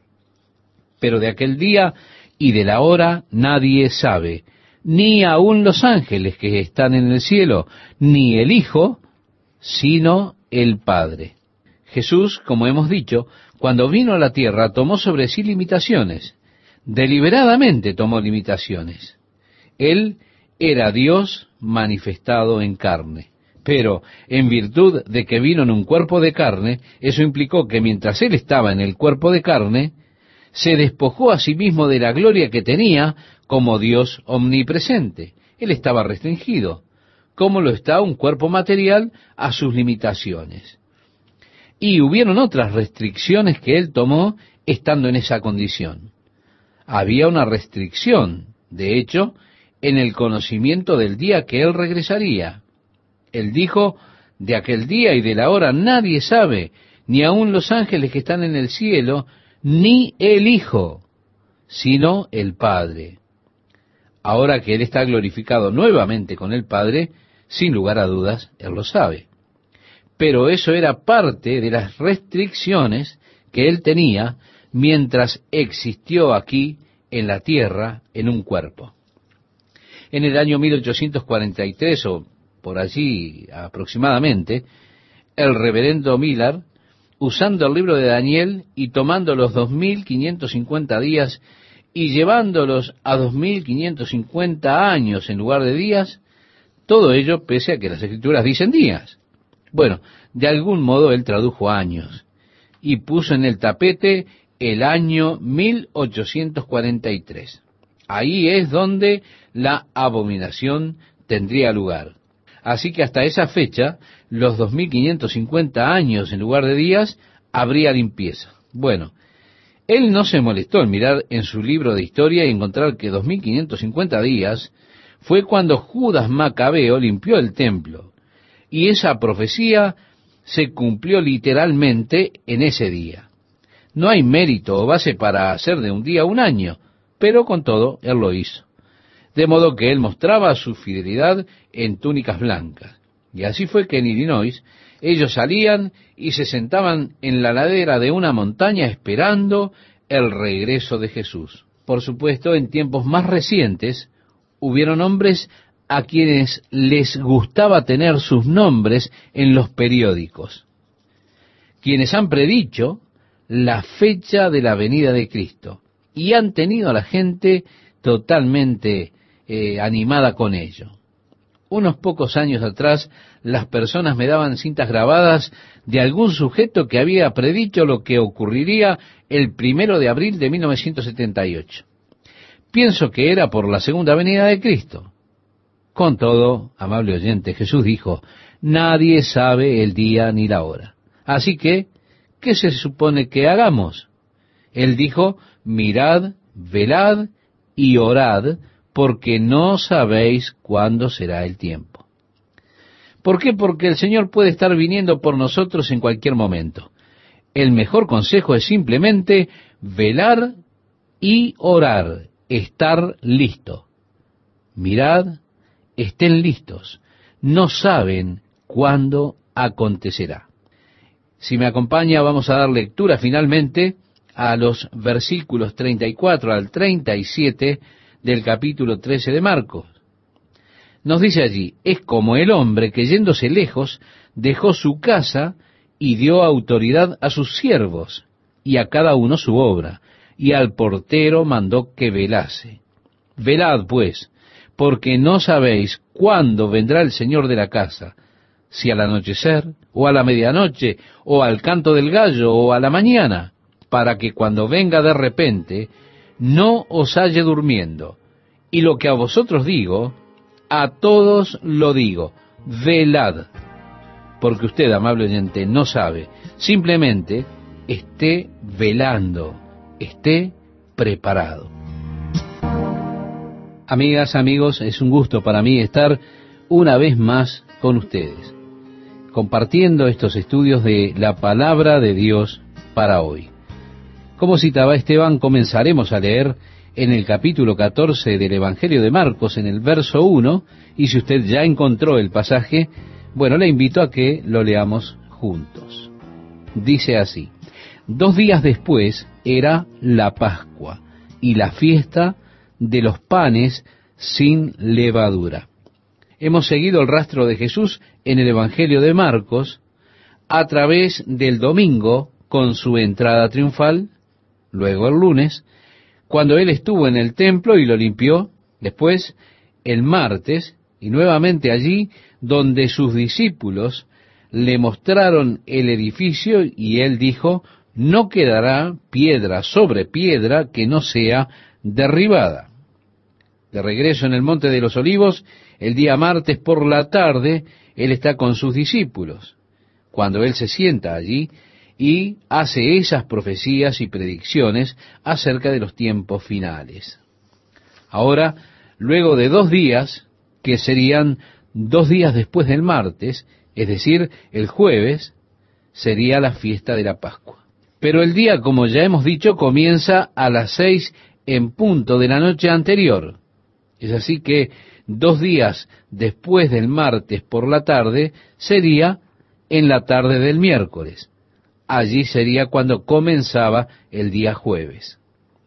Pero de aquel día y de la hora nadie sabe, ni aun los ángeles que están en el cielo, ni el Hijo, sino el Padre. Jesús, como hemos dicho, cuando vino a la tierra tomó sobre sí limitaciones. Deliberadamente tomó limitaciones. Él era Dios manifestado en carne. Pero, en virtud de que vino en un cuerpo de carne, eso implicó que mientras Él estaba en el cuerpo de carne, se despojó a sí mismo de la gloria que tenía como Dios omnipresente. Él estaba restringido, como lo está un cuerpo material a sus limitaciones. Y hubieron otras restricciones que Él tomó estando en esa condición. Había una restricción, de hecho, en el conocimiento del día que Él regresaría. Él dijo, de aquel día y de la hora nadie sabe, ni aun los ángeles que están en el cielo, ni el Hijo, sino el Padre. Ahora que Él está glorificado nuevamente con el Padre, sin lugar a dudas, Él lo sabe. Pero eso era parte de las restricciones que Él tenía mientras existió aquí en la tierra en un cuerpo. En el año 1843 o por allí aproximadamente, el reverendo Miller, usando el libro de Daniel y tomando los 2550 días y llevándolos a 2550 años en lugar de días, todo ello pese a que las Escrituras dicen días. Bueno, de algún modo él tradujo años y puso en el tapete el año 1843. Ahí es donde la abominación tendría lugar. Así que hasta esa fecha, los 2550 años en lugar de días, habría limpieza. Bueno, él no se molestó en mirar en su libro de historia y encontrar que 2550 días fue cuando Judas Macabeo limpió el templo. Y esa profecía se cumplió literalmente en ese día. No hay mérito o base para hacer de un día un año, pero con todo, él lo hizo. De modo que él mostraba su fidelidad en túnicas blancas. Y así fue que en Illinois ellos salían y se sentaban en la ladera de una montaña esperando el regreso de Jesús. Por supuesto, en tiempos más recientes, hubieron hombres a quienes les gustaba tener sus nombres en los periódicos, quienes han predicho la fecha de la venida de Cristo y han tenido a la gente totalmente animada con ello. Unos pocos años atrás, las personas me daban cintas grabadas de algún sujeto que había predicho lo que ocurriría el 1 de abril de 1978. Pienso que era por la segunda venida de Cristo. Con todo, amable oyente, Jesús dijo, nadie sabe el día ni la hora. Así que, ¿qué se supone que hagamos? Él dijo, mirad, velad y orad, porque no sabéis cuándo será el tiempo. ¿Por qué? Porque el Señor puede estar viniendo por nosotros en cualquier momento. El mejor consejo es simplemente velar y orar, estar listo. Mirad, estén listos. No saben cuándo acontecerá. Si me acompaña, vamos a dar lectura finalmente a los versículos 34 al 37 del capítulo 13 de Marcos. Nos dice allí: es como el hombre que yéndose lejos dejó su casa y dio autoridad a sus siervos y a cada uno su obra, y al portero mandó que velase. Velad pues, porque no sabéis cuándo vendrá el Señor de la casa, si al anochecer, o a la medianoche, o al canto del gallo, o a la mañana, para que cuando venga de repente no os halle durmiendo. Y lo que a vosotros digo, a todos lo digo: velad. Porque usted, amable oyente, no sabe. Simplemente esté velando, esté preparado. Amigas, amigos, es un gusto para mí estar una vez más con ustedes, compartiendo estos estudios de la palabra de Dios para hoy. Como citaba Esteban, comenzaremos a leer en el capítulo 14 del Evangelio de Marcos, en el verso 1, y si usted ya encontró el pasaje, bueno, le invito a que lo leamos juntos. Dice así: 2 días después era la Pascua y la fiesta de los panes sin levadura. Hemos seguido el rastro de Jesús en el Evangelio de Marcos a través del domingo con su entrada triunfal, luego el lunes, cuando Él estuvo en el templo y lo limpió, después el martes, y nuevamente allí donde sus discípulos le mostraron el edificio y Él dijo: no quedará piedra sobre piedra que no sea derribada. De regreso en el Monte de los Olivos, el día martes por la tarde, Él está con sus discípulos, cuando Él se sienta allí y hace esas profecías y predicciones acerca de los tiempos finales. Ahora, luego de 2 días, que serían 2 días después del martes, es decir, el jueves, sería la fiesta de la Pascua. Pero el día, como ya hemos dicho, comienza a las 6 en punto de la noche anterior. Es así que 2 días después del martes por la tarde sería en la tarde del miércoles. Allí sería cuando comenzaba el día jueves.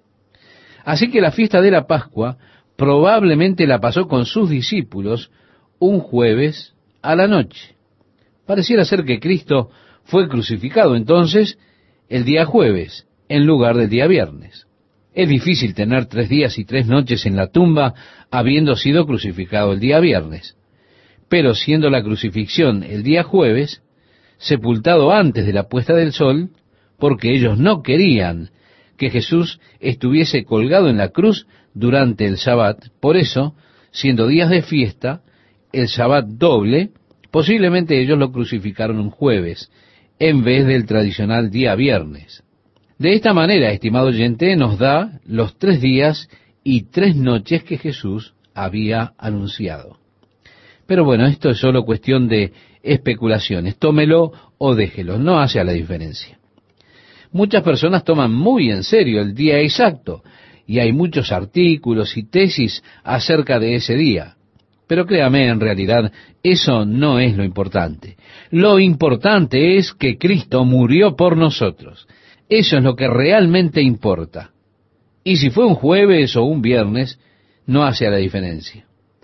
Así que la fiesta de la Pascua probablemente la pasó con sus discípulos un jueves a la noche. Pareciera ser que Cristo fue crucificado entonces el día jueves en lugar del día viernes. Es difícil tener 3 días y 3 noches en la tumba habiendo sido crucificado el día viernes. Pero siendo la crucifixión el día jueves, sepultado antes de la puesta del sol, porque ellos no querían que Jesús estuviese colgado en la cruz durante el Shabbat. Por eso, siendo días de fiesta, el Shabbat doble, posiblemente ellos lo crucificaron un jueves, en vez del tradicional día viernes. De esta manera, estimado oyente, nos da los 3 días y 3 noches que Jesús había anunciado. Pero bueno, esto es solo cuestión de especulaciones. Tómelo o déjelo, no hace la diferencia. Muchas personas toman muy en serio el día exacto, y hay muchos artículos y tesis acerca de ese día. Pero créame, en realidad, eso no es lo importante. Lo importante es que Cristo murió por nosotros. Eso es lo que realmente importa. Y si fue un jueves o un viernes, no hace la diferencia.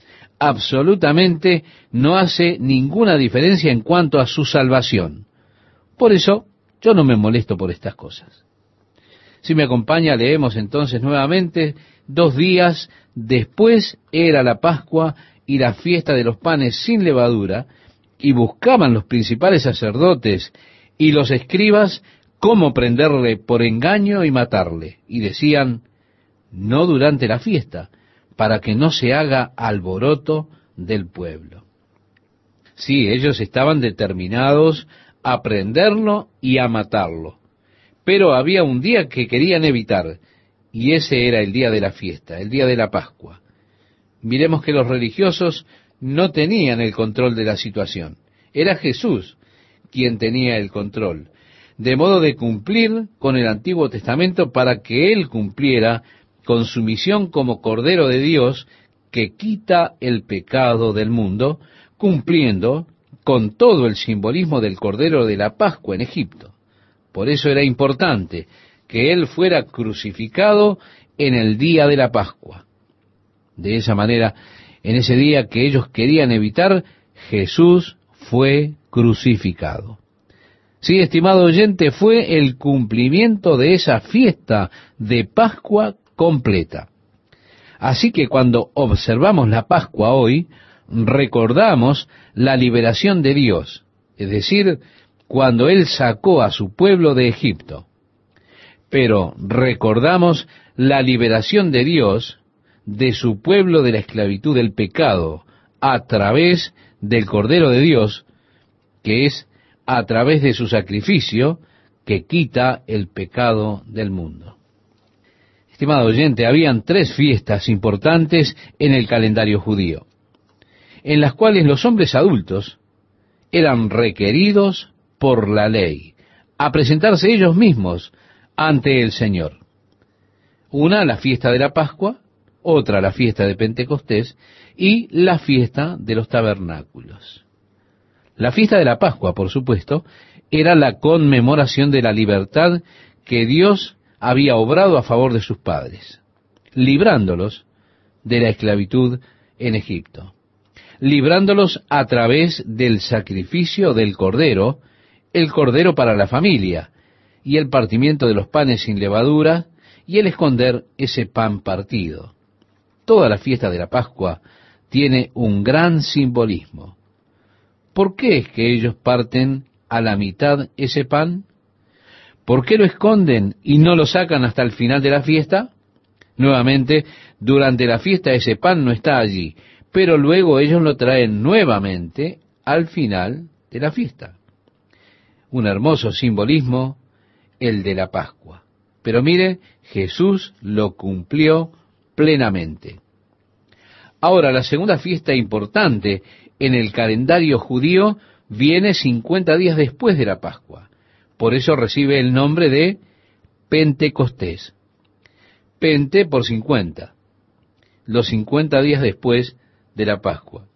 Absolutamente no hace ninguna diferencia en cuanto a su salvación. Por eso, yo no me molesto por estas cosas. Si me acompaña, leemos entonces nuevamente: 2 días después era la Pascua y la fiesta de los panes sin levadura, y buscaban los principales sacerdotes y los escribas cómo prenderle por engaño y matarle. Y decían: no durante la fiesta, para que no se haga alboroto del pueblo. Sí, ellos estaban determinados a prenderlo y a matarlo. Pero había un día que querían evitar, y ese era el día de la fiesta, el día de la Pascua. Miremos que los religiosos no tenían el control de la situación. Era Jesús quien tenía el control, de modo de cumplir con el Antiguo Testamento para que Él cumpliera con su misión como Cordero de Dios que quita el pecado del mundo, cumpliendo con todo el simbolismo del Cordero de la Pascua en Egipto. Por eso era importante que Él fuera crucificado en el día de la Pascua. De esa manera, en ese día que ellos querían evitar, Jesús fue crucificado. Sí, estimado oyente, fue el cumplimiento de esa fiesta de Pascua completa. Así que cuando observamos la Pascua hoy, recordamos la liberación de Dios, es decir, cuando Él sacó a su pueblo de Egipto. Pero recordamos la liberación de Dios de su pueblo de la esclavitud del pecado a través del Cordero de Dios, que es a través de su sacrificio que quita el pecado del mundo. Estimado oyente, habían 3 fiestas importantes en el calendario judío, en las cuales los hombres adultos eran requeridos por la ley a presentarse ellos mismos ante el Señor. Una, la fiesta de la Pascua; otra, la fiesta de Pentecostés; y la fiesta de los tabernáculos. La fiesta de la Pascua, por supuesto, era la conmemoración de la libertad que Dios había obrado a favor de sus padres, librándolos de la esclavitud en Egipto, librándolos a través del sacrificio del Cordero, el Cordero para la familia, y el partimiento de los panes sin levadura, y el esconder ese pan partido. Toda la fiesta de la Pascua tiene un gran simbolismo. ¿Por qué es que ellos parten a la mitad ese pan? ¿Por qué lo esconden y no lo sacan hasta el final de la fiesta? Nuevamente, durante la fiesta ese pan no está allí, pero luego ellos lo traen nuevamente al final de la fiesta. Un hermoso simbolismo, el de la Pascua. Pero mire, Jesús lo cumplió plenamente. Ahora, la segunda fiesta importante en el calendario judío viene 50 días después de la Pascua. Por eso recibe el nombre de Pentecostés. Pente por 50, los 50 días después de la Pascua.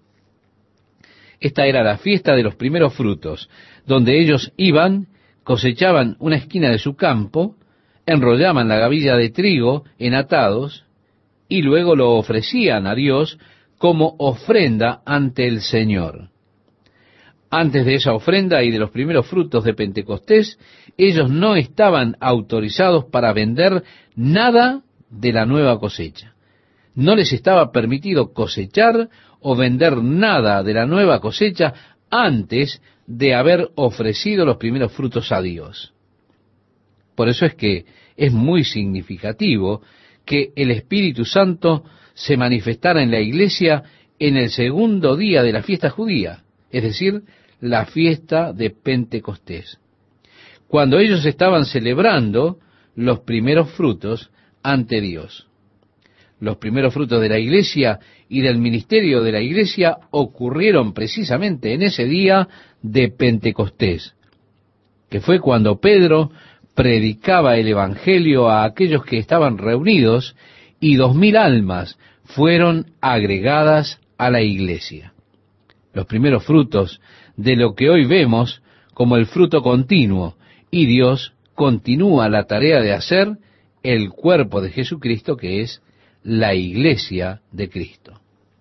Esta era la fiesta de los primeros frutos, donde ellos iban, cosechaban una esquina de su campo, enrollaban la gavilla de trigo en atados, y luego lo ofrecían a Dios como ofrenda ante el Señor. Antes de esa ofrenda y de los primeros frutos de Pentecostés, ellos no estaban autorizados para vender nada de la nueva cosecha. No les estaba permitido cosechar o vender nada de la nueva cosecha antes de haber ofrecido los primeros frutos a Dios. Por eso es que es muy significativo que el Espíritu Santo se manifestara en la iglesia en el segundo día de la fiesta judía, es decir, la fiesta de Pentecostés, cuando ellos estaban celebrando los primeros frutos ante Dios. Los primeros frutos de la iglesia y del ministerio de la iglesia ocurrieron precisamente en ese día de Pentecostés, que fue cuando Pedro predicaba el Evangelio a aquellos que estaban reunidos y 2000 almas fueron agregadas a la iglesia. Los primeros frutos de lo que hoy vemos como el fruto continuo, y Dios continúa la tarea de hacer el cuerpo de Jesucristo, que es la iglesia de Cristo.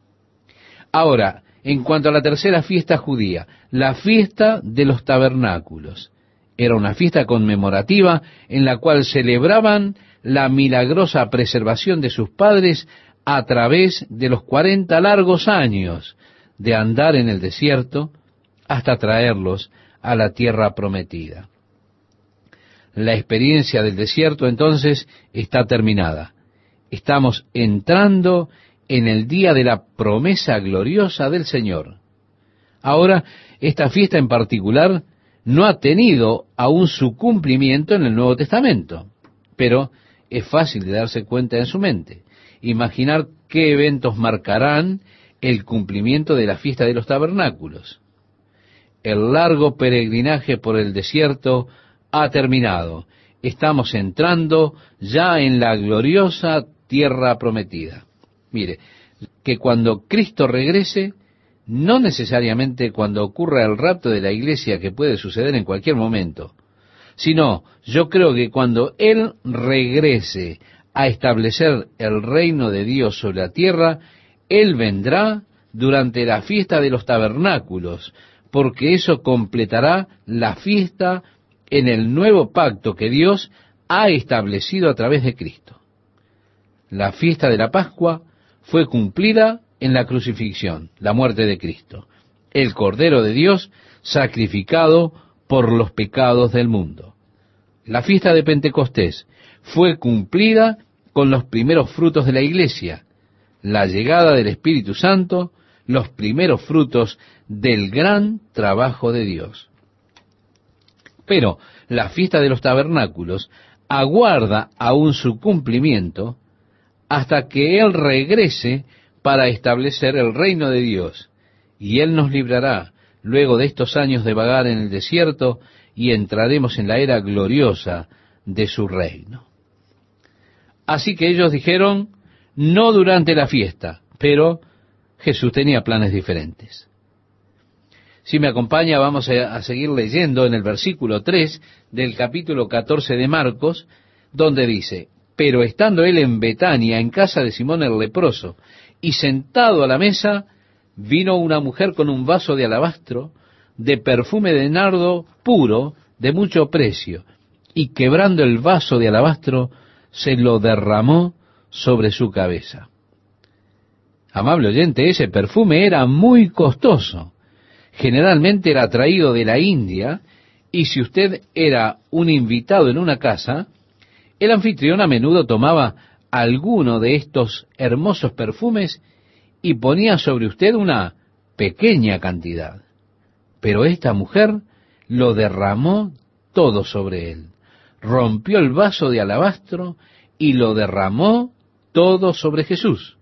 Ahora, en cuanto a la tercera fiesta judía, la fiesta de los tabernáculos, era una fiesta conmemorativa en la cual celebraban la milagrosa preservación de sus padres a través de los 40 largos años de andar en el desierto hasta traerlos a la tierra prometida. La experiencia del desierto entonces está terminada. Estamos entrando en el día de la promesa gloriosa del Señor. Ahora, esta fiesta en particular no ha tenido aún su cumplimiento en el Nuevo Testamento, pero es fácil de darse cuenta en su mente. Imaginar qué eventos marcarán el cumplimiento de la fiesta de los tabernáculos. El largo peregrinaje por el desierto ha terminado. Estamos entrando ya en la gloriosa tierra prometida. Mire, que cuando Cristo regrese, no necesariamente cuando ocurra el rapto de la iglesia, que puede suceder en cualquier momento, sino yo creo que cuando Él regrese a establecer el reino de Dios sobre la tierra, Él vendrá durante la fiesta de los tabernáculos, porque eso completará la fiesta en el nuevo pacto que Dios ha establecido a través de Cristo. La fiesta de la Pascua fue cumplida en la crucifixión, la muerte de Cristo, el Cordero de Dios sacrificado por los pecados del mundo. La fiesta de Pentecostés fue cumplida con los primeros frutos de la iglesia, la llegada del Espíritu Santo, los primeros frutos del gran trabajo de Dios. Pero la fiesta de los tabernáculos aguarda aún su cumplimiento hasta que Él regrese para establecer el reino de Dios, y Él nos librará luego de estos años de vagar en el desierto, y entraremos en la era gloriosa de su reino. Así que ellos dijeron, no durante la fiesta, pero Jesús tenía planes diferentes. Si me acompaña, vamos a seguir leyendo en el versículo 3 del capítulo 14 de Marcos, donde dice, pero estando él en Betania, en casa de Simón el leproso, y sentado a la mesa, vino una mujer con un vaso de alabastro, de perfume de nardo puro, de mucho precio, y quebrando el vaso de alabastro, se lo derramó sobre su cabeza. Amable oyente, ese perfume era muy costoso. Generalmente era traído de la India, y si usted era un invitado en una casa, el anfitrión a menudo tomaba alguno de estos hermosos perfumes y ponía sobre usted una pequeña cantidad. Pero esta mujer lo derramó todo sobre él. Rompió el vaso de alabastro y lo derramó todo sobre Jesús.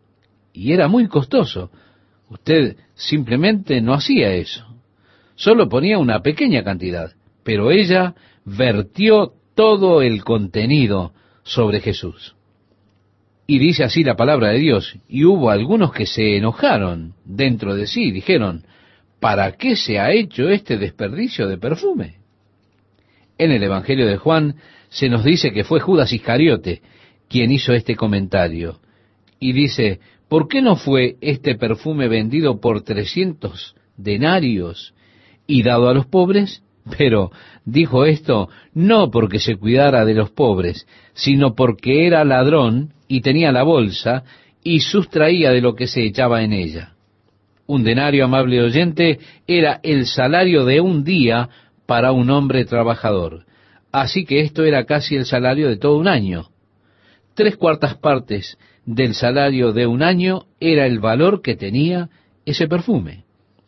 Y era muy costoso. Usted simplemente no hacía eso. Solo ponía una pequeña cantidad, pero ella vertió todo el contenido sobre Jesús. Y dice así la palabra de Dios, y hubo algunos que se enojaron dentro de sí, dijeron, ¿para qué se ha hecho este desperdicio de perfume? En el Evangelio de Juan se nos dice que fue Judas Iscariote quien hizo este comentario, y dice, ¿por qué no fue este perfume vendido por 300 denarios y dado a los pobres? Pero dijo esto no porque se cuidara de los pobres, sino porque era ladrón y tenía la bolsa y sustraía de lo que se echaba en ella. Un denario, amable oyente, era el salario de un día para un hombre trabajador. Así que esto era casi el salario de todo un año. 3/4 partes del salario de un año era el valor que tenía ese perfume.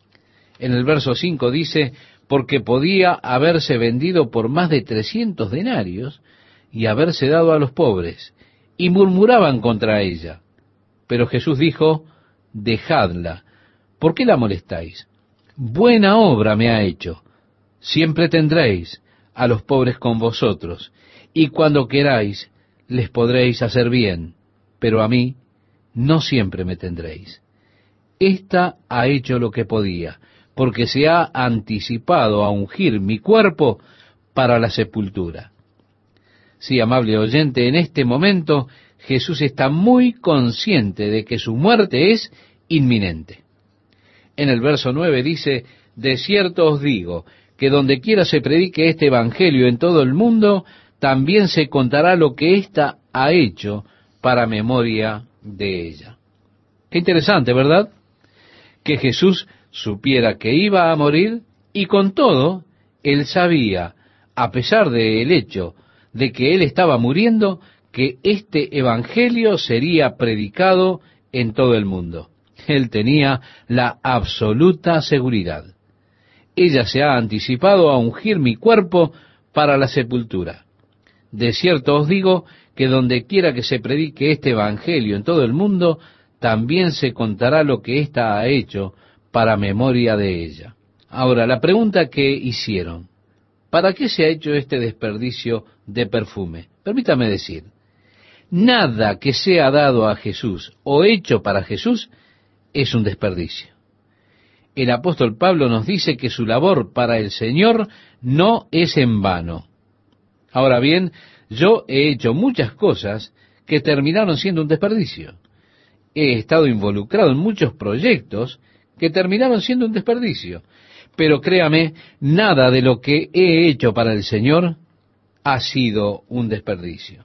En el verso 5 dice, porque podía haberse vendido por más de 300 denarios y haberse dado a los pobres, y murmuraban contra ella. Pero Jesús dijo, dejadla, ¿por qué la molestáis? Buena obra me ha hecho. Siempre tendréis a los pobres con vosotros, y cuando queráis les podréis hacer bien, pero a mí no siempre me tendréis. Esta ha hecho lo que podía, porque se ha anticipado a ungir mi cuerpo para la sepultura. Sí, amable oyente, en este momento Jesús está muy consciente de que su muerte es inminente. En el verso 9 dice, de cierto os digo, que donde quiera se predique este evangelio en todo el mundo, también se contará lo que ésta ha hecho para memoria de ella. Qué interesante, ¿verdad? Que Jesús supiera que iba a morir y con todo, él sabía, a pesar del hecho de que él estaba muriendo, que este evangelio sería predicado en todo el mundo. Él tenía la absoluta seguridad. Ella se ha anticipado a ungir mi cuerpo para la sepultura. De cierto os digo que donde quiera que se predique este evangelio en todo el mundo, también se contará lo que ésta ha hecho para memoria de ella. Ahora, la pregunta que hicieron, ¿para qué se ha hecho este desperdicio de perfume? Permítame decir, nada que sea dado a Jesús o hecho para Jesús es un desperdicio. el apóstol Pablo nos dice que su labor para el Señor no es en vano. Ahora bien, yo he hecho muchas cosas que terminaron siendo un desperdicio. He estado involucrado en muchos proyectos que terminaron siendo un desperdicio. Pero créame, nada de lo que he hecho para el Señor ha sido un desperdicio.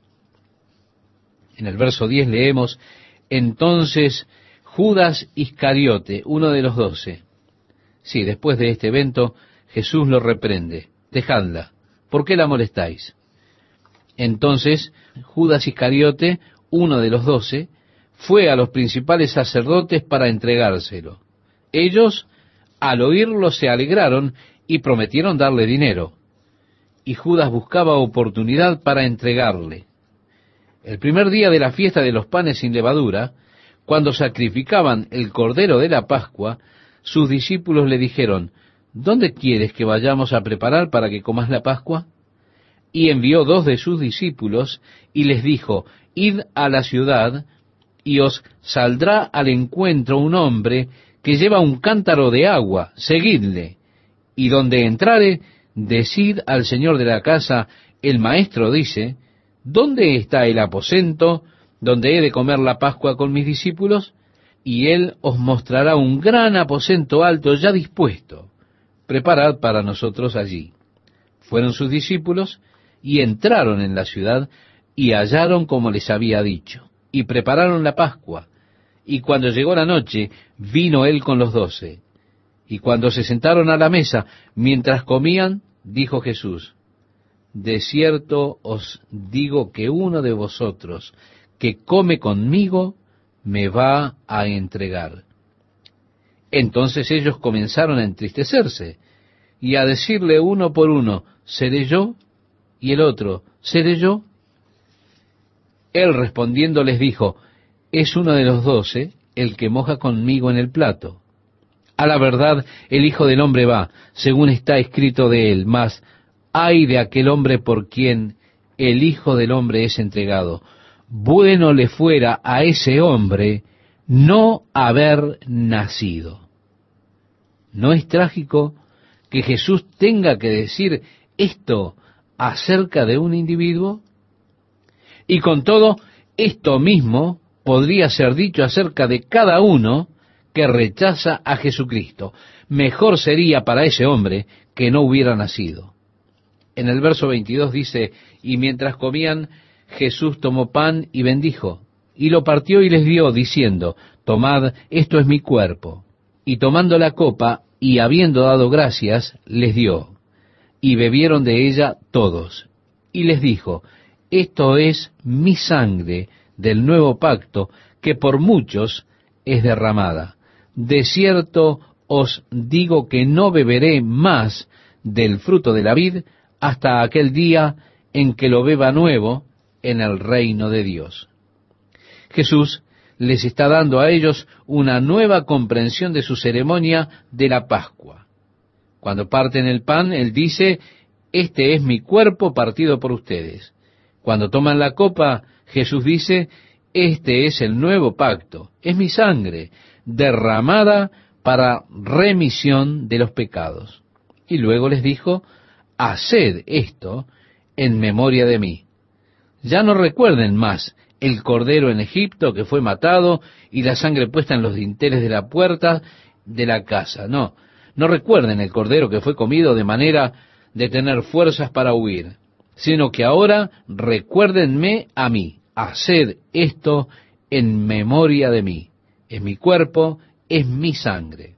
En el verso 10 leemos: entonces Judas Iscariote, uno de los 12. Sí, después de este evento, Jesús lo reprende. Dejadla, ¿por qué la molestáis? Entonces Judas Iscariote, uno de los 12, fue a los principales sacerdotes para entregárselo. Ellos, al oírlo, se alegraron y prometieron darle dinero. Y Judas buscaba oportunidad para entregarle. El primer día de la fiesta de los panes sin levadura, cuando sacrificaban el cordero de la Pascua, sus discípulos le dijeron: ¿dónde quieres que vayamos a preparar para que comas la Pascua? Y envió 2 de sus discípulos y les dijo: id a la ciudad y os saldrá al encuentro un hombre que lleva un cántaro de agua, seguidle, y donde entrare, decid al señor de la casa: el maestro dice, ¿dónde está el aposento donde he de comer la Pascua con mis discípulos? Y él os mostrará un gran aposento alto ya dispuesto. Preparad para nosotros allí. Fueron sus discípulos y entraron en la ciudad y hallaron como les había dicho, y prepararon la Pascua. Y cuando llegó la noche, vino él con los 12. Y cuando se sentaron a la mesa, mientras comían, dijo Jesús: de cierto os digo que uno de vosotros que come conmigo me va a entregar. Entonces ellos comenzaron a entristecerse y a decirle uno por uno: ¿seré yo? Y el otro: ¿seré yo? Él respondiendo les dijo: es uno de los 12 el que moja conmigo en el plato. A la verdad, el Hijo del Hombre va, según está escrito de él, mas ay de aquel hombre por quien el Hijo del Hombre es entregado. Bueno le fuera a ese hombre no haber nacido. ¿No es trágico que Jesús tenga que decir esto acerca de un individuo? Y con todo, esto mismo podría ser dicho acerca de cada uno que rechaza a Jesucristo. Mejor sería para ese hombre que no hubiera nacido. En el verso 22 dice: y mientras comían, Jesús tomó pan y bendijo, y lo partió y les dio, diciendo: tomad, esto es mi cuerpo. Y tomando la copa, y habiendo dado gracias, les dio. Y bebieron de ella todos. Y les dijo: esto es mi sangre del nuevo pacto, que por muchos es derramada. De cierto os digo que no beberé más del fruto de la vid hasta aquel día en que lo beba nuevo en el reino de Dios. Jesús les está dando a ellos una nueva comprensión de su ceremonia de la Pascua. Cuando parten el pan, Él dice: este es mi cuerpo partido por ustedes. Cuando toman la copa, Jesús dice: este es el nuevo pacto, es mi sangre, derramada para remisión de los pecados. Y luego les dijo: haced esto en memoria de mí. Ya no recuerden más el cordero en Egipto que fue matado y la sangre puesta en los dinteles de la puerta de la casa. No recuerden el cordero que fue comido de manera de tener fuerzas para huir, sino que ahora recuérdenme a mí. Haced esto en memoria de mí. Es mi cuerpo, es mi sangre.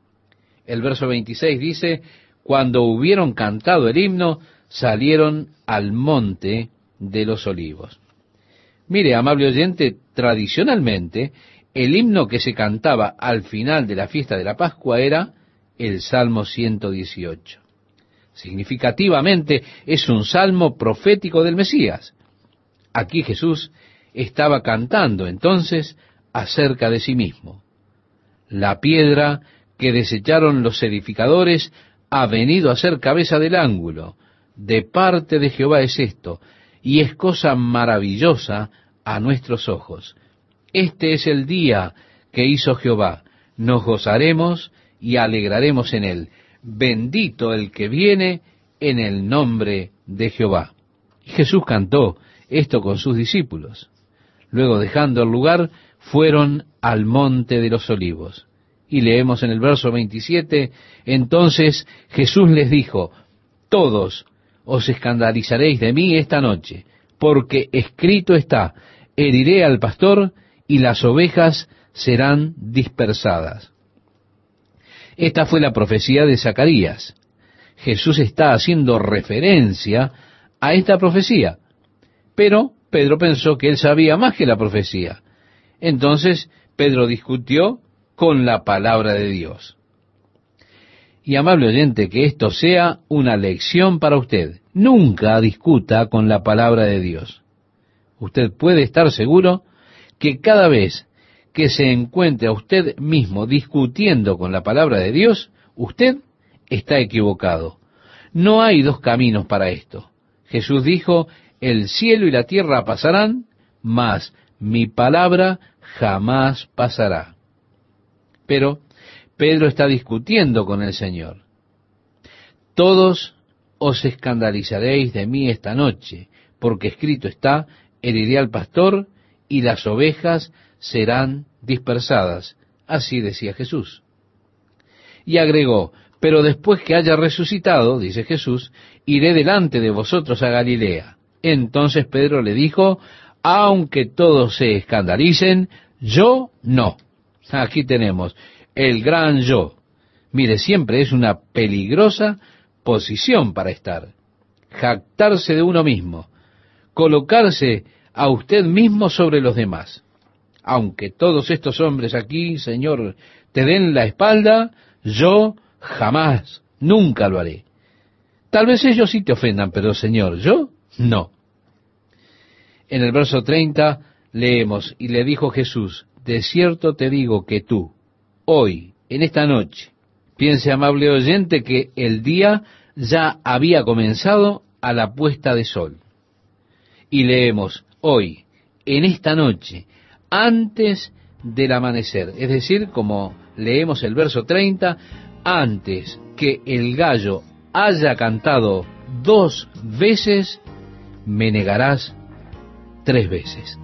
El verso 26 dice: cuando hubieron cantado el himno, salieron al monte de los olivos. Mire, amable oyente, tradicionalmente, el himno que se cantaba al final de la fiesta de la Pascua era el Salmo 118. Significativamente, es un salmo profético del Mesías. Aquí Jesús estaba cantando entonces acerca de sí mismo. La piedra que desecharon los edificadores ha venido a ser cabeza del ángulo. De parte de Jehová es esto, y es cosa maravillosa a nuestros ojos. Este es el día que hizo Jehová. Nos gozaremos y alegraremos en él. Bendito el que viene en el nombre de Jehová. Y Jesús cantó esto con sus discípulos. Luego, dejando el lugar, fueron al monte de los olivos. Y leemos en el verso 27, entonces Jesús les dijo, todos os escandalizaréis de mí esta noche, porque escrito está, heriré al pastor y las ovejas serán dispersadas. Esta fue la profecía de Zacarías. Jesús está haciendo referencia a esta profecía, pero Pedro pensó que él sabía más que la profecía. Entonces Pedro discutió con la palabra de Dios. Y amable oyente, que esto sea una lección para usted. Nunca discuta con la palabra de Dios. Usted puede estar seguro que cada vez que se encuentre a usted mismo discutiendo con la palabra de Dios, usted está equivocado. No hay dos caminos para esto. Jesús dijo, el cielo y la tierra pasarán, mas mi palabra jamás pasará. Pero Pedro está discutiendo con el Señor. Todos os escandalizaréis de mí esta noche, porque escrito está, heriré al pastor y las ovejas serán dispersadas. Así decía Jesús. Y agregó, pero después que haya resucitado, dice Jesús, iré delante de vosotros a Galilea. Entonces Pedro le dijo, aunque todos se escandalicen, yo no. Aquí tenemos el gran yo. Mire, siempre es una peligrosa posición para estar. Jactarse de uno mismo. Colocarse a usted mismo sobre los demás. Aunque todos estos hombres aquí, Señor, te den la espalda, yo jamás, nunca lo haré. Tal vez ellos sí te ofendan, pero Señor, yo no. En el verso 30 leemos, y le dijo Jesús, de cierto te digo que tú, hoy, en esta noche, piense, amable oyente, que el día ya había comenzado a la puesta de sol. Y leemos, hoy, en esta noche, antes del amanecer, es decir, como leemos el verso 30, antes que el gallo haya cantado 2 veces, me negarás 3 veces.